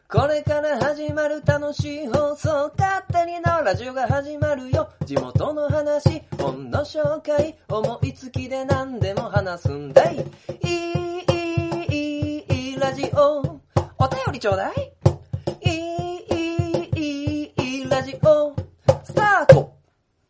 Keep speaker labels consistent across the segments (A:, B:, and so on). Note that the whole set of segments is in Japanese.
A: これから始まる楽しい放送、勝手にのラジオが始まるよ。地元の話、本の紹介、思いつきで何でも話すんだい。いいラジオ、お便りちょうだい。いいラジオ、スタート。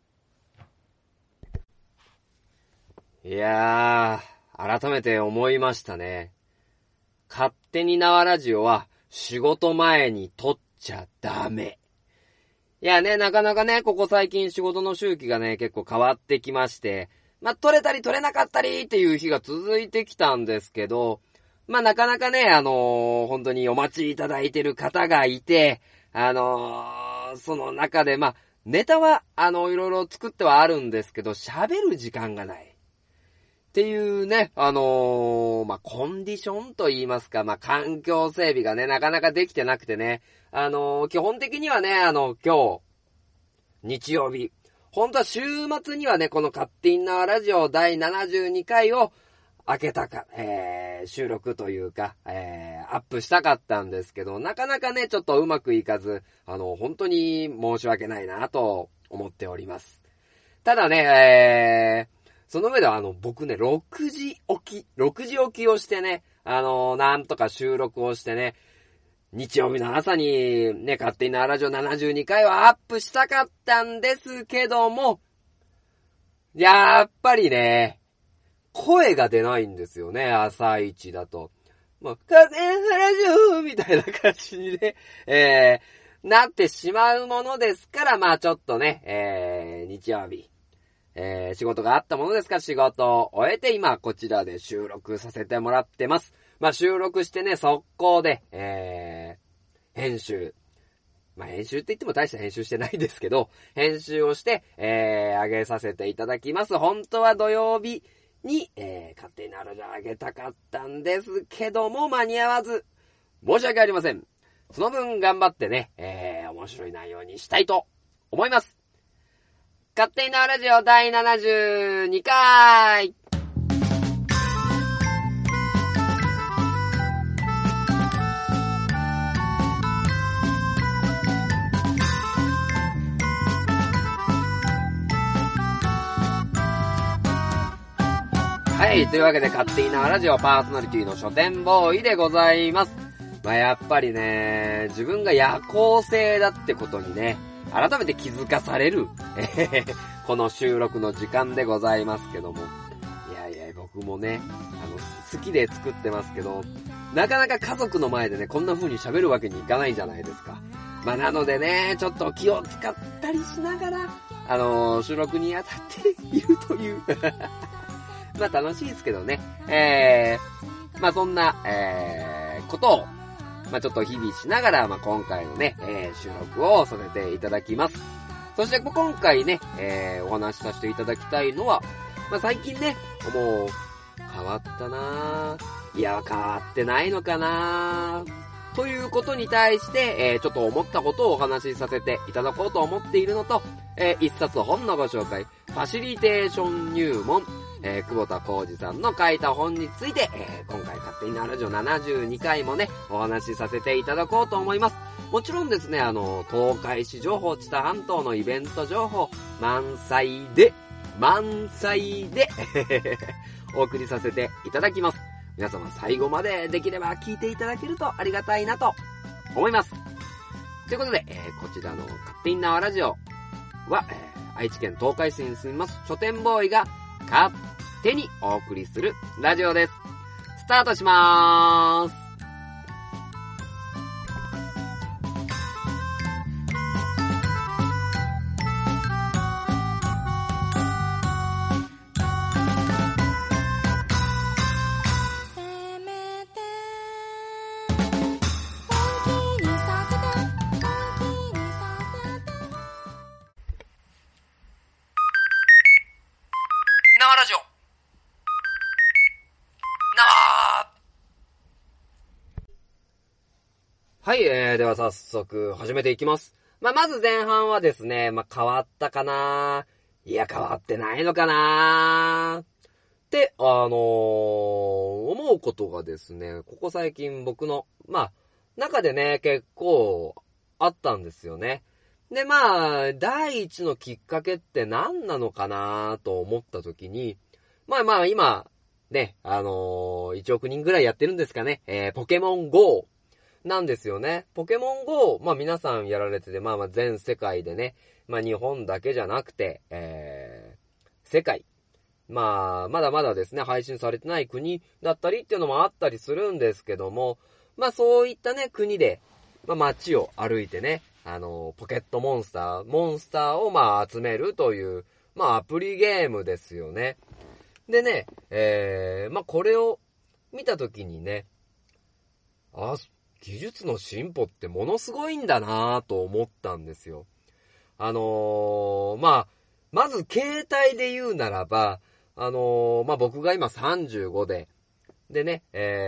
B: いやー、改めて思いましたね。勝手に縄ラジオは仕事前に撮っちゃダメ。いやね、なかなかね、ここ最近仕事の周期がね、結構変わってきまして、撮れたり撮れなかったりっていう日が続いてきたんですけど、なかなかね、本当にお待ちいただいてる方がいて、その中で、ネタは、いろいろ作ってはあるんですけど、喋る時間がない。っていうね、コンディションと言いますか、環境整備がね、なかなかできてなくてね、基本的にはね、今日、日曜日、本当は週末にはね、この勝手に縄ラジオ第72回を開けたか、収録というか、アップしたかったんですけど、なかなかね、ちょっとうまくいかず、本当に申し訳ないなと思っております。ただね、その上では僕ね、6時起きをしてね、なんとか収録をしてね、日曜日の朝にね、勝手に縄ラジオ72回はアップしたかったんですけども、やっぱりね、声が出ないんですよね、朝一だと。勝手に縄ラジオみたいな感じにね、なってしまうものですから、ちょっとね、日曜日、仕事があったものですから仕事を終えて今こちらで収録させてもらってます。収録してね、速攻で、編集。編集って言っても大した編集してないですけど、編集をして、上げさせていただきます。本当は土曜日に、勝手に縄ラジオ上げたかったんですけども、間に合わず、申し訳ありません。その分頑張ってね、面白い内容にしたいと思います。勝手に縄ラジオ第72回。はい、というわけで勝手に縄ラジオパーソナリティの書店ボーイでございます。やっぱりね、自分が夜行性だってことにね、改めて気づかされる、この収録の時間でございますけども。いや、僕もね、好きで作ってますけど、なかなか家族の前でね、こんな風に喋るわけにいかないじゃないですか。なのでね、ちょっと気を使ったりしながら、収録に当たっているという。楽しいですけどね。そんな、ことを、ちょっと日々しながら、今回のね、収録をさせていただきます。そして今回ね、お話しさせていただきたいのは、最近ね、もう、変わったなぁ。いや、変わってないのかなぁ。ということに対して、ちょっと思ったことをお話しさせていただこうと思っているのと、一冊本のご紹介、ファシリテーション入門、久保田浩二さんの書いた本について、今回勝手に縄ラジオ72回もね、お話しさせていただこうと思います。もちろんですね、東海市情報、知多半島のイベント情報、満載で、お送りさせていただきます。皆様最後までできれば聞いていただけるとありがたいなと思います。ということで、こちらの勝手に縄ラジオは、愛知県東海市に住みます書店ボーイが勝手にお送りするラジオです。スタートしまーす。はい、では早速始めていきます。まず前半はですね、変わったかないや、変わってないのかなって、思うことがですね、ここ最近僕の、 中でね、結構あったんですよね。で、まあ、第一のきっかけって何なのかなと思った時に、まあ今、ね、1億人ぐらいやってるんですかね、ポケモン GO なんですよね。ポケモン GO、まあ皆さんやられてて、まあ全世界でね、まあ日本だけじゃなくて、世界、まあまだまだですね、配信されてない国だったりっていうのもあったりするんですけども、まあそういったね、国で、まあ街を歩いてね、ポケットモンスターをまあ集めるという、まあアプリゲームですよね。でね、まあこれを見たときにね、技術の進歩ってものすごいんだなぁと思ったんですよ。まあ、まず携帯で言うならば、まあ僕が今35でね、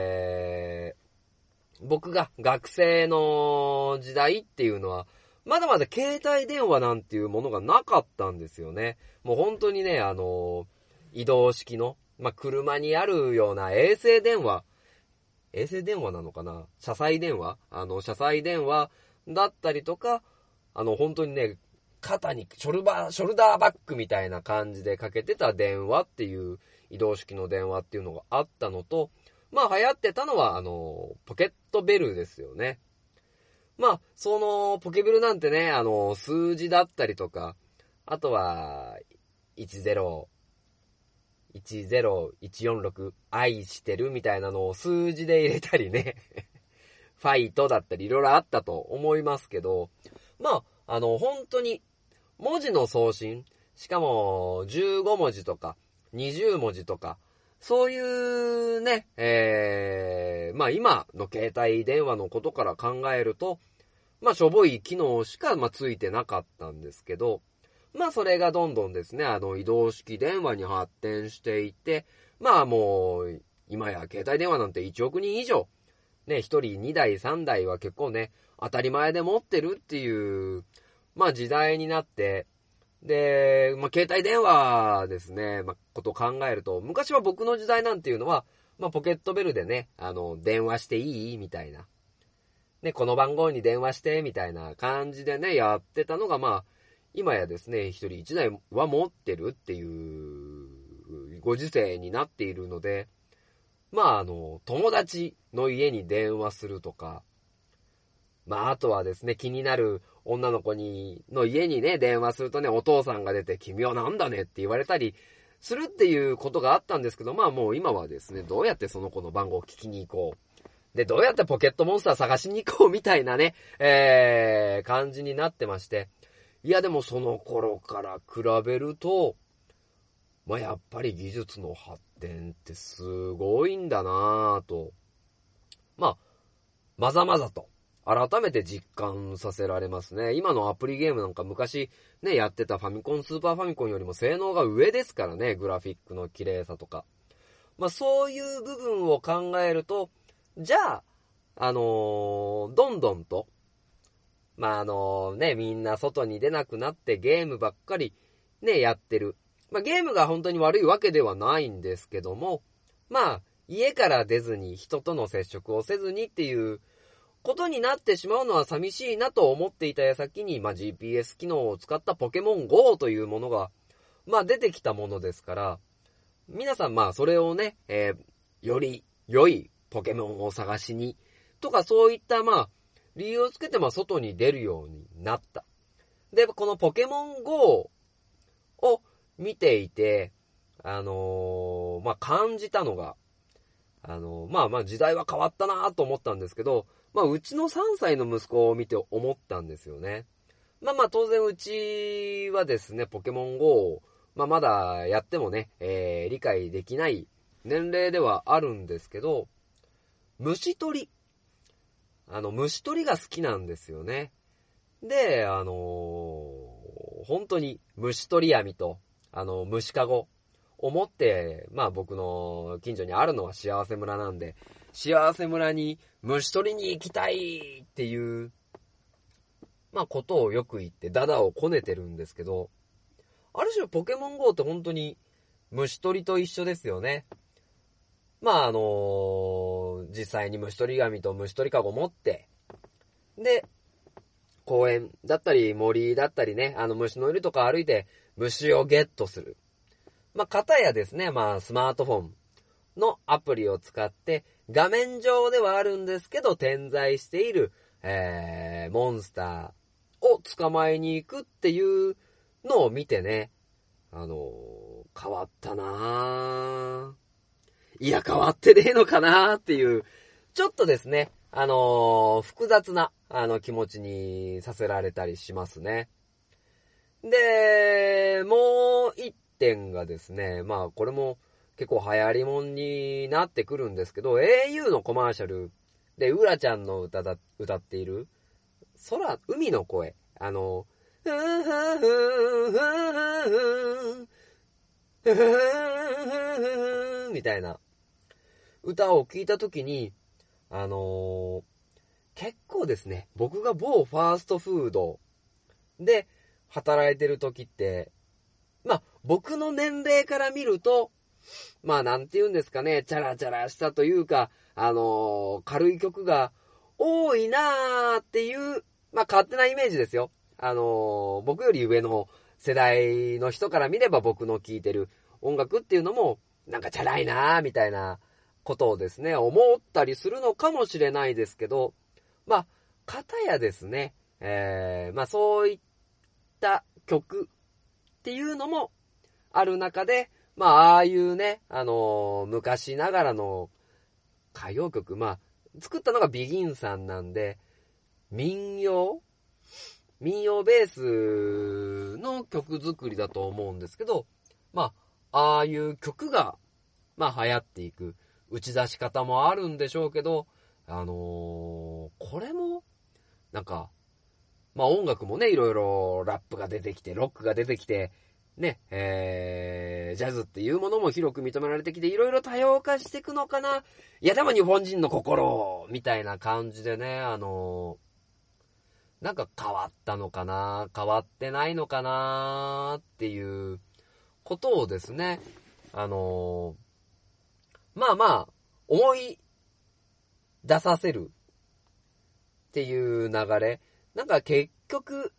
B: 僕が学生の時代っていうのは、まだまだ携帯電話なんていうものがなかったんですよね。もう本当にね、移動式の、まあ、車にあるような衛星電話なのかな、車載電話だったりとか、本当にね、肩にショルダーバッグみたいな感じでかけてた電話っていう、移動式の電話っていうのがあったのと、まあ流行ってたのは、ポケットベルですよね。まあ、その、ポケベルなんてね、数字だったりとか、あとは、10146愛してるみたいなのを数字で入れたりね、ファイトだったりいろいろあったと思いますけど、まあ、本当に、文字の送信、しかも15文字とか20文字とか、そういうね、まあ今の携帯電話のことから考えると、まあしょぼい機能しか、まあ、ついてなかったんですけど、まあそれがどんどんですね、移動式電話に発展していて、まあもう、今や携帯電話なんて1億人以上、ね、1人2台3台は結構ね、当たり前で持ってるっていう、まあ時代になって、で、まあ携帯電話ですね、まあことを考えると、昔は僕の時代なんていうのは、まあポケットベルでね、電話していいみたいな。ね、この番号に電話してみたいな感じでね、やってたのが、まあ、今やですね、一人一台は持ってるっていうご時世になっているので、まあ、友達の家に電話するとか、まあ、あとはですね、気になる女の子の家にね、電話するとね、お父さんが出て、君はなんだねって言われたりするっていうことがあったんですけど、まあもう今はですね、どうやってその子の番号を聞きに行こう。で、どうやってポケットモンスター探しに行こうみたいなね、感じになってまして。いやでもその頃から比べると、まあやっぱり技術の発展ってすごいんだなぁと。まあ、まざまざと改めて実感させられますね。今のアプリゲームなんか昔ね、やってたファミコン、スーパーファミコンよりも性能が上ですからね、グラフィックの綺麗さとか。まあそういう部分を考えると、じゃあ、どんどんと、まあね、みんな外に出なくなってゲームばっかりね、やってる。まあゲームが本当に悪いわけではないんですけども、まあ家から出ずに人との接触をせずにっていうことになってしまうのは寂しいなと思っていた矢先に、まあ GPS 機能を使ったポケモン GO というものが、まあ出てきたものですから、皆さんまあそれをね、より良いポケモンを探しに、とかそういったまあ、理由をつけてまあ外に出るようになった。で、このポケモン GO を見ていて、まあ感じたのが、まあ時代は変わったなと思ったんですけど、まあうちの3歳の息子を見て思ったんですよね。まあ当然うちはですね、ポケモン GO を、まあまだやってもね、理解できない年齢ではあるんですけど、虫取りが好きなんですよね。で、本当に虫取り網と、虫かごを持って、まあ僕の近所にあるのは幸せ村なんで、幸せ村に虫取りに行きたいっていう、まあことをよく言ってダダをこねてるんですけど、ある種ポケモン GO って本当に虫取りと一緒ですよね。まあ実際に虫取り紙と虫取りかご持って、 で、公園だったり森だったりね、虫のいるとか歩いて虫をゲットする。片やですね、スマートフォンのアプリを使って画面上ではあるんですけど点在している、モンスターを捕まえに行くっていうのを見てね、変わったなぁ。いや、変わってねえのかなーっていう、ちょっとですね、複雑な、気持ちにさせられたりしますね。で、もう一点がですね、これも結構流行りもんになってくるんですけど、au のコマーシャルで、うらちゃんの歌っている、海の声、みたいな歌を聞いたときに、結構ですね、僕が某ファーストフードで働いてる時って、僕の年齢から見ると、なんて言うんですかね、チャラチャラしたというか、軽い曲が多いなーっていう、勝手なイメージですよ。僕より上の世代の人から見れば僕の聴いてる音楽っていうのも、なんかチャラいなーみたいなことをですね、思ったりするのかもしれないですけど、片やですね、そういった曲っていうのもある中で、ああいうね、昔ながらの歌謡曲、作ったのがビギンさんなんで、民謡ベースの曲作りだと思うんですけど、ああいう曲が、流行っていく打ち出し方もあるんでしょうけど、これも、なんか、音楽もね、いろいろラップが出てきて、ロックが出てきて、ね、ジャズっていうものも広く認められてきて、いろいろ多様化していくのかな。いや、でも日本人の心、みたいな感じでね、なんか変わったのかな、変わってないのかなっていうことをですね、思い出させるっていう流れ。なんか結局、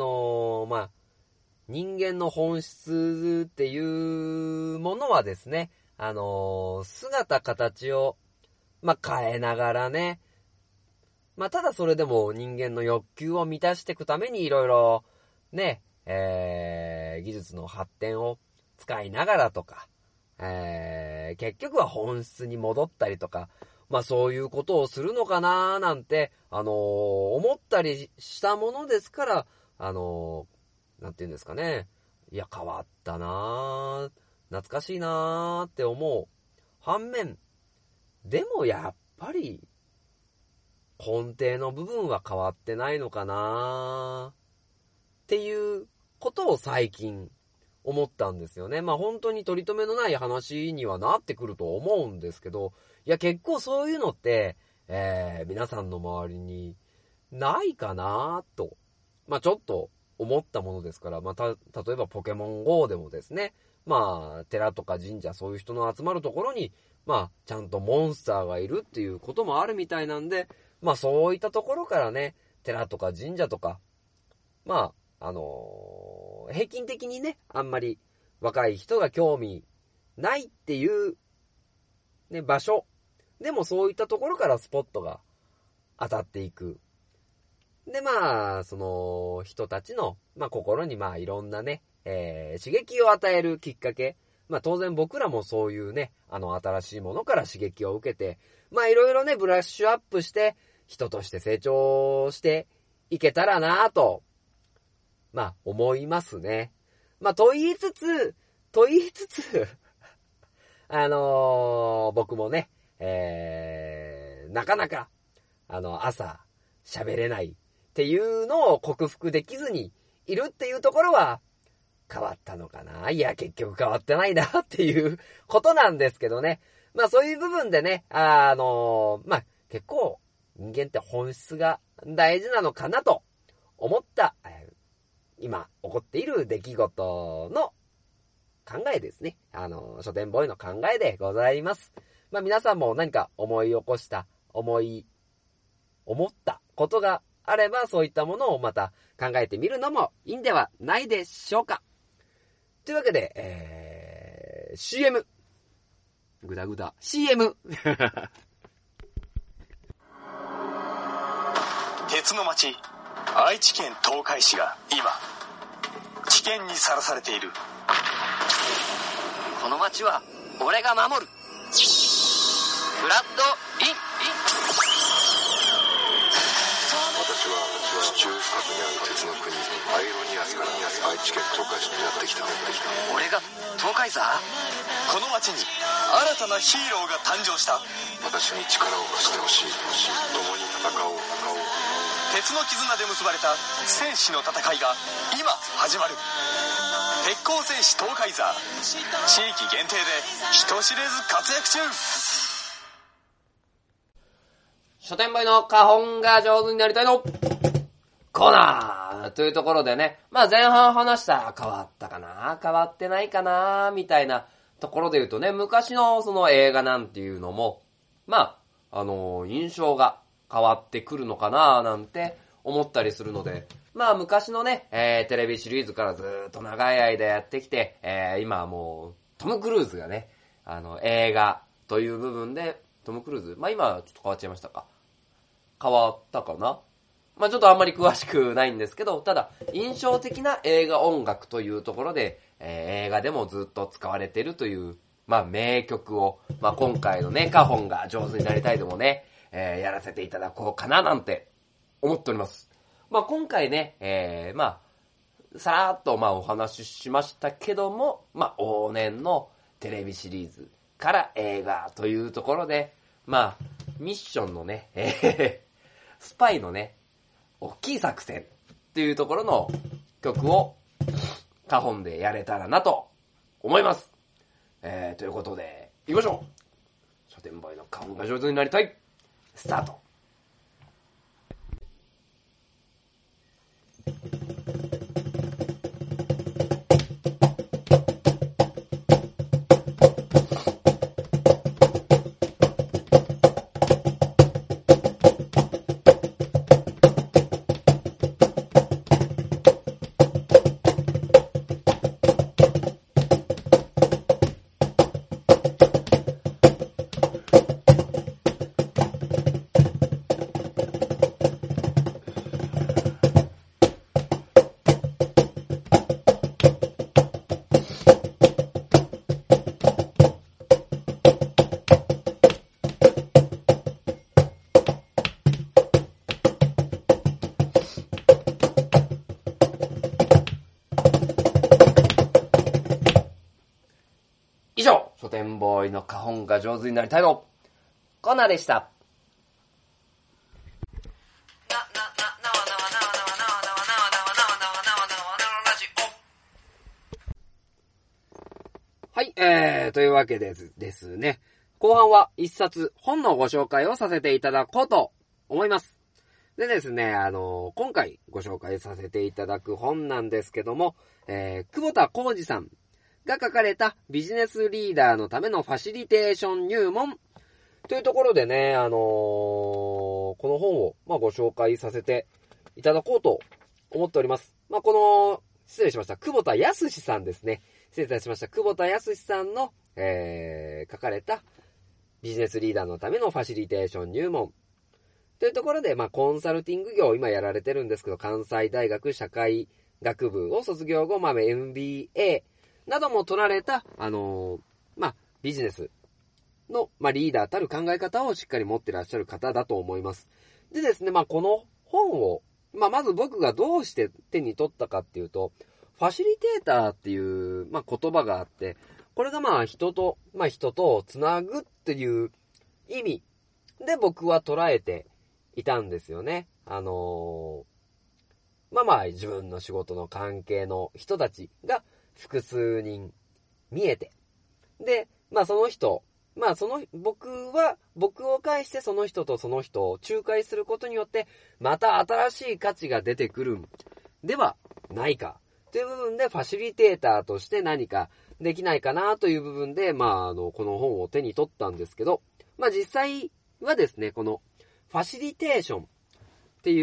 B: 人間の本質っていうものはですね、姿形を、変えながらね、ただそれでも人間の欲求を満たしていくためにいろいろね、技術の発展を使いながらとか、結局は本質に戻ったりとか、そういうことをするのかなーなんて、思ったりしたものですから、なんて言うんですかね。いや、変わったなー、懐かしいなーって思う。反面、でもやっぱり、根底の部分は変わってないのかなーっていうことを最近思ったんですよね。本当に取り留めのない話にはなってくると思うんですけど、いや結構そういうのって、皆さんの周りにないかなと、ちょっと思ったものですから、例えばポケモン GO でもですね、寺とか神社そういう人の集まるところに、ちゃんとモンスターがいるっていうこともあるみたいなんで、そういったところからね、寺とか神社とか、平均的にね、あんまり若い人が興味ないっていう、ね、場所。でもそういったところからスポットが当たっていく。で、その人たちの、心にいろんなね、刺激を与えるきっかけ。当然僕らもそういうね、新しいものから刺激を受けて、いろいろね、ブラッシュアップして、人として成長していけたらなぁと、思いますね。と言いつつ、僕もね、なかなか、朝、喋れないっていうのを克服できずにいるっていうところは、変わったのかな？いや、結局変わってないなっていうことなんですけどね。そういう部分でね、結構、人間って本質が大事なのかなと思った、今起こっている出来事の考えですね。書店ボーイの考えでございます。皆さんも何か思い起こした、思ったことがあれば、そういったものをまた考えてみるのもいいんではないでしょうか。というわけで、CM。ぐだぐだ。CM。
C: 鉄の町、愛知県東海市が今、危険にさらされている。
A: この町は俺が守る。ブラッドイン。
D: 私は地中深くにある鉄の国アイロニアスから愛知県東海市にやってきた。
A: 俺が東海座？
C: この町に新たなヒーローが誕生した。
D: 私に力を貸してほしい。共に戦おう。
C: 鉄の絆で結ばれた戦士の戦いが今始まる。鉄鋼戦士東海座、地域限定で人知れず活躍中。
B: 書店ボーイの花本が上手になりたいのコーナーというところでね、まあ前半話した変わったかな変わってないかなみたいなところで言うとね、昔のその映画なんていうのも、まあ、印象が変わってくるのかななんて思ったりするので、まあ昔のね、テレビシリーズからずーっと長い間やってきて、今はもうトム・クルーズがね、映画という部分で、トム・クルーズ、まあ今はちょっと変わっちゃいましたか。変わったかな？まあちょっとあんまり詳しくないんですけど、ただ印象的な映画音楽というところで、映画でもずっと使われているという、まあ名曲を、まあ今回のね、花本が上手になりたいでもね、やらせていただこうかななんて思っております。まあ今回ね、まあ、さらっとまあお話ししましたけども、まあ往年のテレビシリーズから映画というところで、まあ、ミッションのね、スパイのね、大きい作戦っていうところの曲を花本でやれたらなと思います。ということで、行きましょう。書店ボーイの花本が上手になりたい。スタート。以上、書店ボーイの花本が上手になりたいのコーナーでした。はい、というわけでですね、後半は一冊本のご紹介をさせていただこうと思います。でですね、今回ご紹介させていただく本なんですけども、久保田浩二さんが書かれたビジネスリーダーのためのファシリテーション入門というところでね、この本を、まあ、ご紹介させていただこうと思っております。まあ、失礼しました。久保田康さんですね。失礼いたしました。久保田康さんの、書かれたビジネスリーダーのためのファシリテーション入門というところで、まあ、コンサルティング業を今やられてるんですけど、関西大学社会学部を卒業後、まあ、MBA なども取られた、まあ、ビジネスの、まあ、リーダーたる考え方をしっかり持ってらっしゃる方だと思います。でですね、まあ、この本を、まあ、まず僕がどうして手に取ったかっていうと、ファシリテーターっていう、まあ、言葉があって、これがまあ、人とつなぐっていう意味で僕は捉えていたんですよね。まあ、自分の仕事の関係の人たちが複数人見えて、で、まあその人、まあ僕を介してその人とその人を仲介することによって、また新しい価値が出てくるんではないかという部分で、ファシリテーターとして何かできないかなという部分で、まあこの本を手に取ったんですけど、まあ実際はですね、このファシリテーションっていう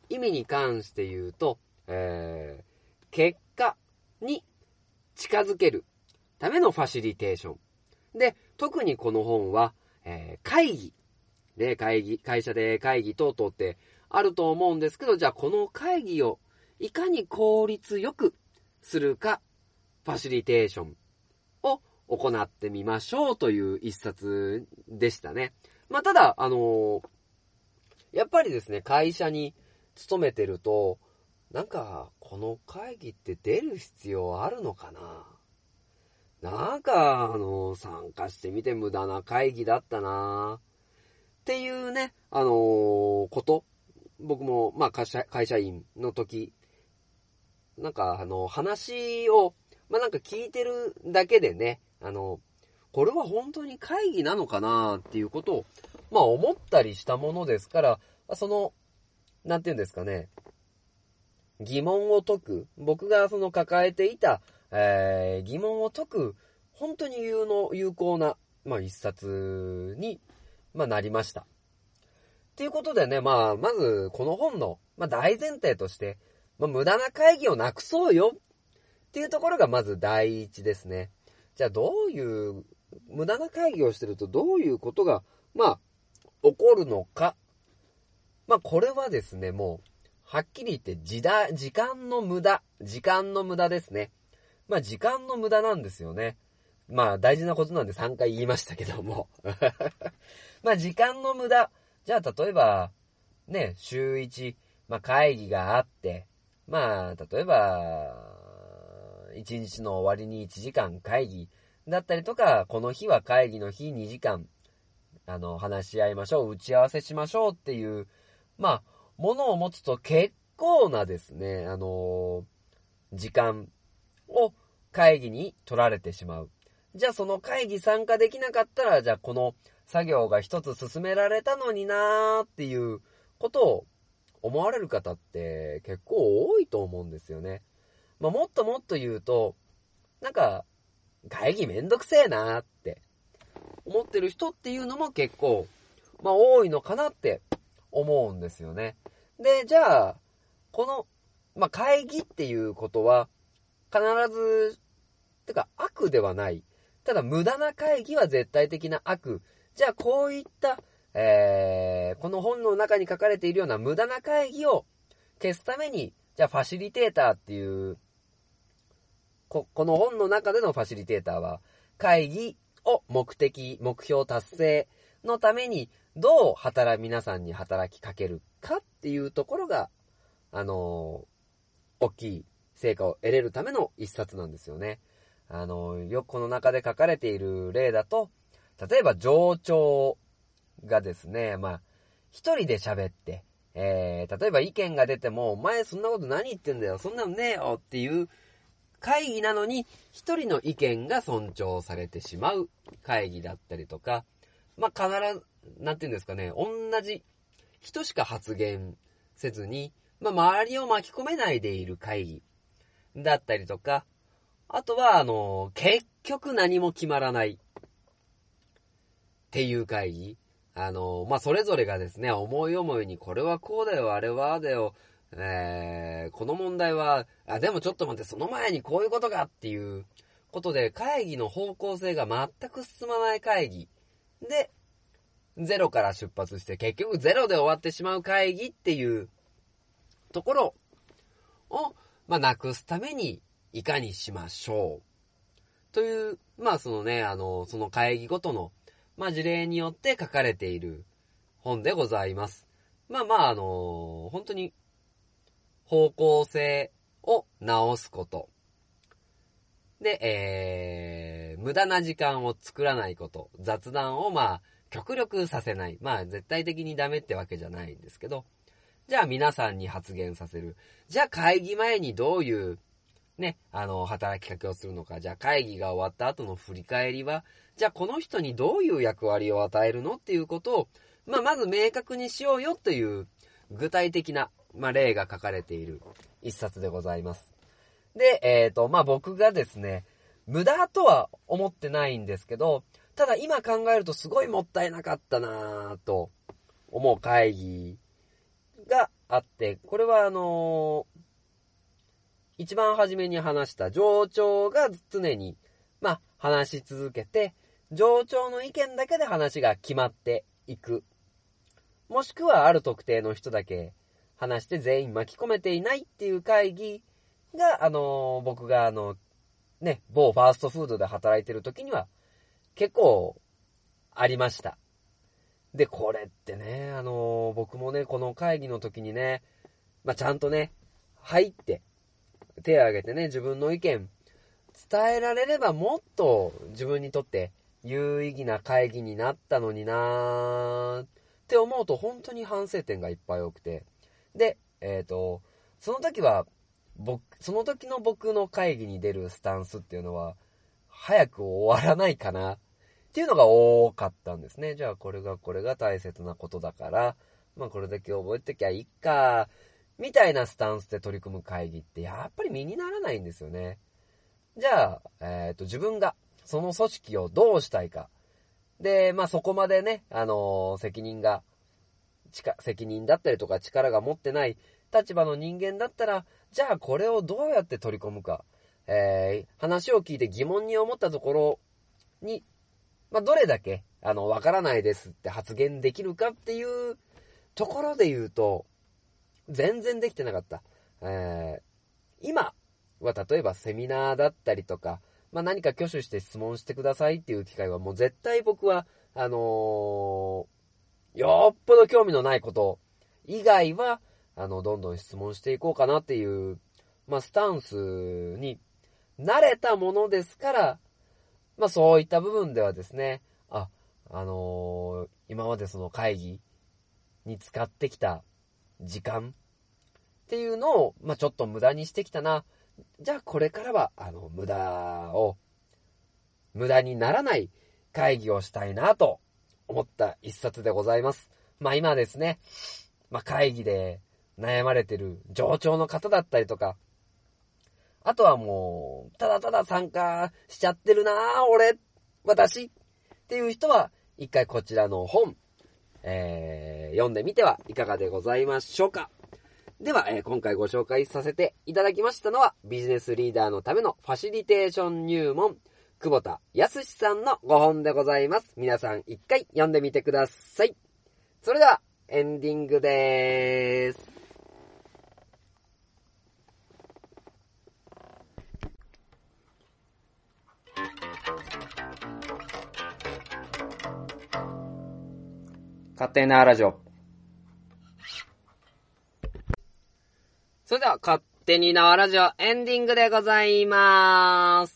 B: 意味に関して言うと、結果に近づけるためのファシリテーション。で、特にこの本は、会議で会社で会議等々ってあると思うんですけど、じゃあこの会議をいかに効率よくするか、ファシリテーションを行ってみましょうという一冊でしたね。まあ、ただ、やっぱりですね、会社に勤めてると、なんか、この会議って出る必要あるのかな？なんか、参加してみて無駄な会議だったなっていうね、こと。僕も、まあ、会社員の時、なんか、話を、まあ、なんか聞いてるだけでね、これは本当に会議なのかなっていうことを、まあ、思ったりしたものですから、なんていうんですかね、疑問を解く、僕が抱えていた、疑問を解く、本当に有効な、まあ、一冊に、まあ、なりました。ということでね、まあ、まず、この本の、まあ、大前提として、まあ、無駄な会議をなくそうよっていうところがまず第一ですね。じゃあ無駄な会議をしてるとどういうことが、まあ、起こるのか。まあ、これはですね、もう、はっきり言って時間の無駄ですね。まあ、時間の無駄なんですよね。まあ、大事なことなんで3回言いましたけども。まあ、時間の無駄。じゃあ、例えば、ね、週1、まあ、会議があって、まあ、例えば、1日の終わりに1時間会議だったりとか、この日は会議の日2時間、話し合いましょう、打ち合わせしましょうっていう、まあ、ものを持つと結構なですね、時間を会議に取られてしまう。じゃあその会議参加できなかったら、じゃあこの作業が一つ進められたのになーっていうことを思われる方って結構多いと思うんですよね。まあ、もっと言うと、なんか、会議めんどくせえなーって思ってる人っていうのも結構、まあ多いのかなって思うんですよね。で、じゃあ、まあ会議っていうことは、必ず、てか悪ではない。ただ無駄な会議は絶対的な悪。じゃあこういった、この本の中に書かれているような無駄な会議を消すために、じゃあファシリテーターっていう、この本の中でのファシリテーターは、会議を目標達成のために、どう皆さんに働きかけるかっていうところが、大きい成果を得れるための一冊なんですよね。よくこの中で書かれている例だと、例えば上長がですね、まあ、一人で喋って、例えば意見が出ても、お前そんなこと何言ってんだよ、そんなのねえよっていう会議なのに、一人の意見が尊重されてしまう会議だったりとか、まあ、必ず、なんていうんですかね、同じ人しか発言せずに、まあ、周りを巻き込めないでいる会議だったりとか、あとは、結局何も決まらないっていう会議。まあ、それぞれがですね、思い思いにこれはこうだよ、あれはだよ、この問題は、でもちょっと待って、その前にこういうことがっていうことで、会議の方向性が全く進まない会議で、ゼロから出発して結局ゼロで終わってしまう会議っていうところを、まあ、なくすためにいかにしましょうという、まあその会議ごとの、まあ事例によって書かれている本でございます。まあ本当に方向性を直すこと。で、無駄な時間を作らないこと。雑談をまあ極力させない。まあ絶対的にダメってわけじゃないんですけど。じゃあ皆さんに発言させる。じゃあ会議前にどういうね、働きかけをするのか。じゃあ会議が終わった後の振り返りは、じゃあこの人にどういう役割を与えるのっていうことを、まあまず明確にしようよという具体的な、まあ例が書かれている一冊でございます。で、まあ僕がですね、無駄とは思ってないんですけど、ただ今考えるとすごいもったいなかったなぁと思う会議があって、これは一番初めに話した上長が常に、話し続けて、上長の意見だけで話が決まっていく。もしくはある特定の人だけ話して全員巻き込めていないっていう会議が、僕が某ファーストフードで働いてる時には結構ありました。で、これってね、僕もね、この会議の時にね、ちゃんとね、入って、手を挙げてね、自分の意見伝えられればもっと自分にとって有意義な会議になったのになーって思うと本当に反省点がいっぱい多くて。で、その時の僕の会議に出るスタンスっていうのは、早く終わらないかなっていうのが多かったんですね。じゃあこれが大切なことだから、これだけ覚えてきゃいいか、みたいなスタンスで取り組む会議ってやっぱり身にならないんですよね。じゃあ、自分がその組織をどうしたいか。で、そこまでね、責任だったりとか力が持ってない立場の人間だったら、じゃあこれをどうやって取り込むか。話を聞いて疑問に思ったところに、どれだけ、わからないですって発言できるかっていうところで言うと、全然できてなかった。今は例えばセミナーだったりとか、何か挙手して質問してくださいっていう機会はもう絶対僕は、よっぽど興味のないこと以外は、どんどん質問していこうかなっていう、スタンスに慣れたものですから、そういった部分ではですね、今までその会議に使ってきた時間っていうのを、ちょっと無駄にしてきたな。じゃあこれからは、無駄にならない会議をしたいなと思った一冊でございます。今ですね、会議で悩まれてる上長の方だったりとか、あとはもう、ただただ参加しちゃってるな私っていう人は、一回こちらの本、読んでみてはいかがでございましょうか。では、今回ご紹介させていただきましたのは、ビジネスリーダーのためのファシリテーション入門、久保田康さんのご本でございます。皆さん一回読んでみてください。それでは、エンディングでーす。勝手なラジオ。それでは、勝手に縄ラジオエンディングでございます。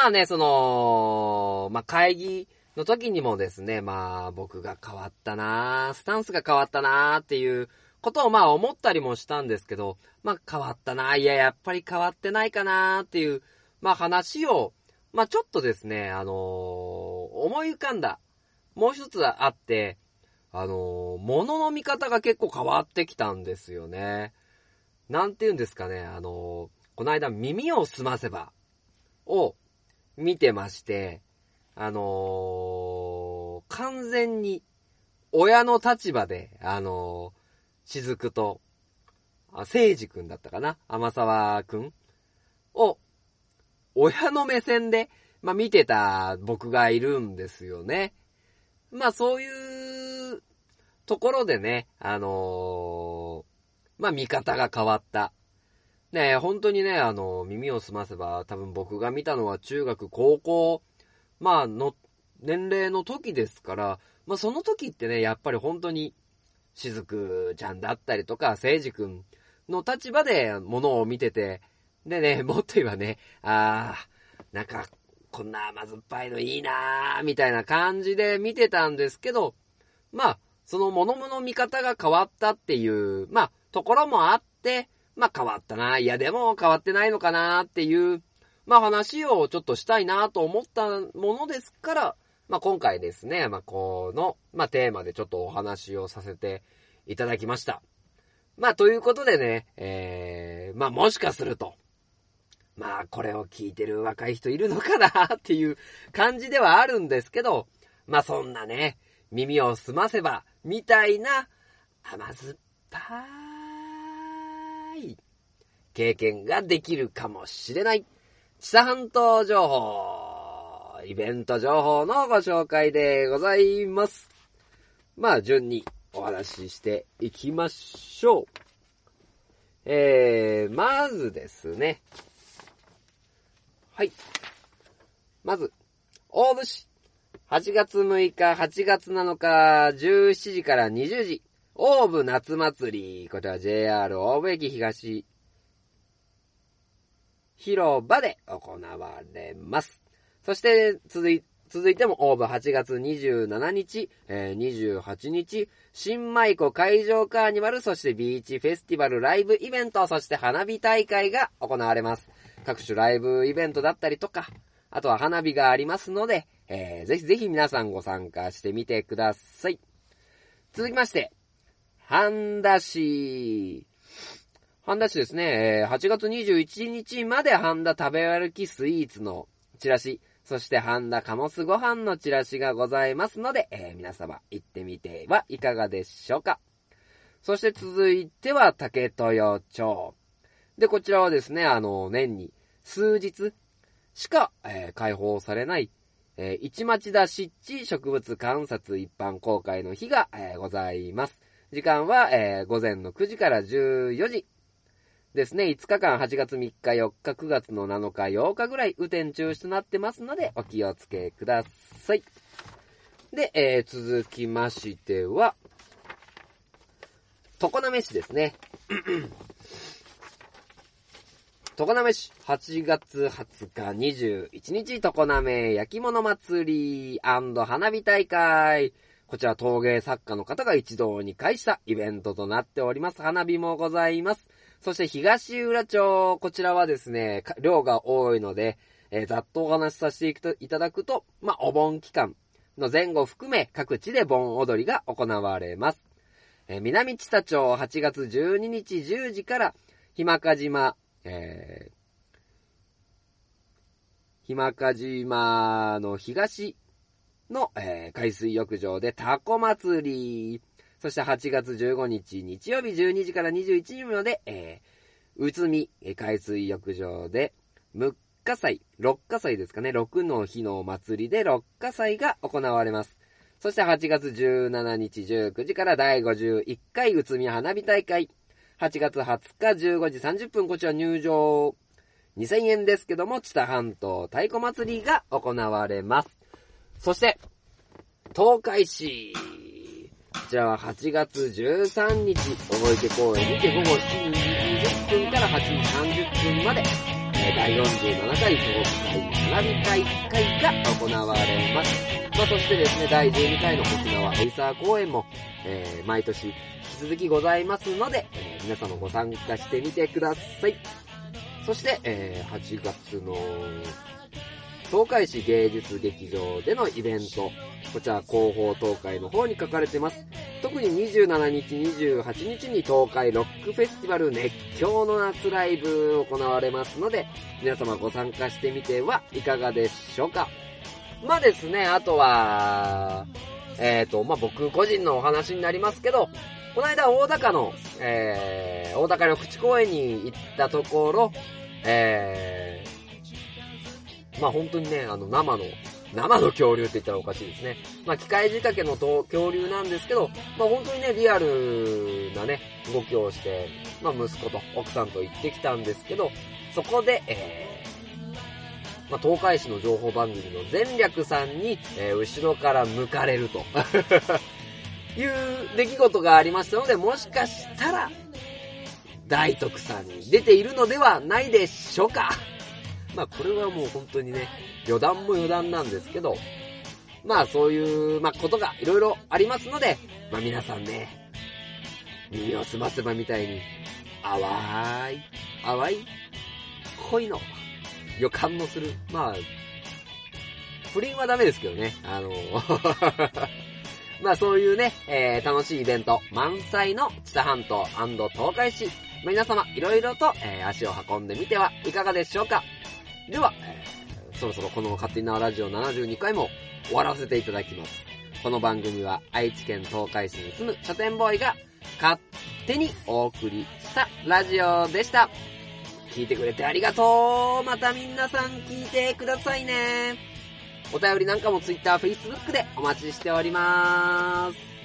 B: 会議の時にもですね、僕が変わったな、スタンスが変わったなっていうことを思ったりもしたんですけど、変わったな、やっぱり変わってないかなっていう、話を、ちょっとですね、思い浮かんだ、もう一つあって、物の見方が結構変わってきたんですよね。なんて言うんですかね、この間耳をすませばを見てまして、完全に親の立場で、しずくと、せいじくんだったかな、天沢くんを、親の目線で、見てた僕がいるんですよね。そういうところでね、見方が変わった。ね、本当にね、耳をすませば、多分僕が見たのは中学、高校、の年齢の時ですから、その時ってね、やっぱり本当に、しずくちゃんだったりとか、せいじくんの立場で物を見てて、でね、もっと言えばね、なんか、こんな甘酸っぱいのいいなーみたいな感じで見てたんですけど、その物の見方が変わったっていう、ところもあって、変わったな、でも変わってないのかなっていう、話をちょっとしたいなと思ったものですから、今回ですね、この、テーマでちょっとお話をさせていただきました。ということでね、もしかすると、これを聞いてる若い人いるのかなっていう感じではあるんですけど、そんなね、耳をすませば、みたいな甘酸っぱい経験ができるかもしれない知多半島情報、イベント情報のご紹介でございます。まあ順にお話ししていきましょう。まずですね。はい。まず、大府市。8月6日、8月7日、17時から20時。大府夏祭り。こちら JR 大府駅東広場で行われます。そして続いても大府8月27日、28日、新舞子海上カーニバル、そしてビーチフェスティバルライブイベント、そして花火大会が行われます。各種ライブイベントだったりとか、あとは花火がありますので、ぜひぜひ皆さんご参加してみてください。続きまして、半田市。半田市ですね、8月21日まで半田食べ歩きスイーツのチラシ、そして半田カモスご飯のチラシがございますので、皆様行ってみてはいかがでしょうか。そして続いては竹豊町。で、こちらはですね、年に数日しか、開放されない、市町田湿地植物観察一般公開の日が、ございます。時間は、午前の9時から14時ですね。5日間8月3日4日9月の7日8日ぐらい雨天中止となってますのでお気をつけください。で、続きましては常滑市ですね。常滑市8月20日21日常滑焼き物祭り&花火大会。こちら陶芸作家の方が一堂に会したイベントとなっております。花火もございます。そして東浦町、こちらはですね、量が多いので、ざっとお話しさせていただくと、お盆期間の前後含め各地で盆踊りが行われます。南知多町8月12日10時から日間賀島、日間賀島の東の、海水浴場でタコ祭り。そして8月15日日曜日12時から21時まで、宇都宮海水浴場で6日祭ですかね、6の日の祭りで6日祭が行われます。そして8月17日19時から第51回宇都宮花火大会。8月20日15時30分、こちら入場2000円ですけども、知多半島太鼓祭りが行われます。そして、東海市。こちらは8月13日、大池公園にて午後7時20分から8時30分まで、第47回東海花火大会が行われます。そしてですね、第12回の沖縄エイサー公演も、毎年引き続きございますので、皆様ご参加してみてください。そして、8月の東海市芸術劇場でのイベント、こちら広報東海の方に書かれてます。特に27日28日に東海ロックフェスティバル熱狂の夏ライブ行われますので、皆様ご参加してみてはいかがでしょうか。ですね、あとは僕個人のお話になりますけど、この間大高の、大高緑地公園に行ったところ、本当にね、生の恐竜って言ったらおかしいですね。機械仕掛けの恐竜なんですけど、本当にね、リアルなね、動きをして、息子と奥さんと行ってきたんですけど、そこで、東海市の情報番組の前略さんに、後ろから抜かれるという出来事がありましたので、もしかしたら大徳さんに出ているのではないでしょうか。これはもう本当にね、余談も余談なんですけど、そういう、ことがいろいろありますので、皆さんね、耳をすませばみたいに淡い恋の予感のする、不倫はダメですけどね、そういうね、楽しいイベント満載の知多半島&東海市、皆様いろいろと、足を運んでみてはいかがでしょうか。では、そろそろこの勝手に縄ラジオ72回も終わらせていただきます。この番組は愛知県東海市に住む書店ボーイが勝手にお送りしたラジオでした。聞いてくれてありがとう。また皆さん聞いてくださいね。お便りなんかも Twitter、Facebook でお待ちしております。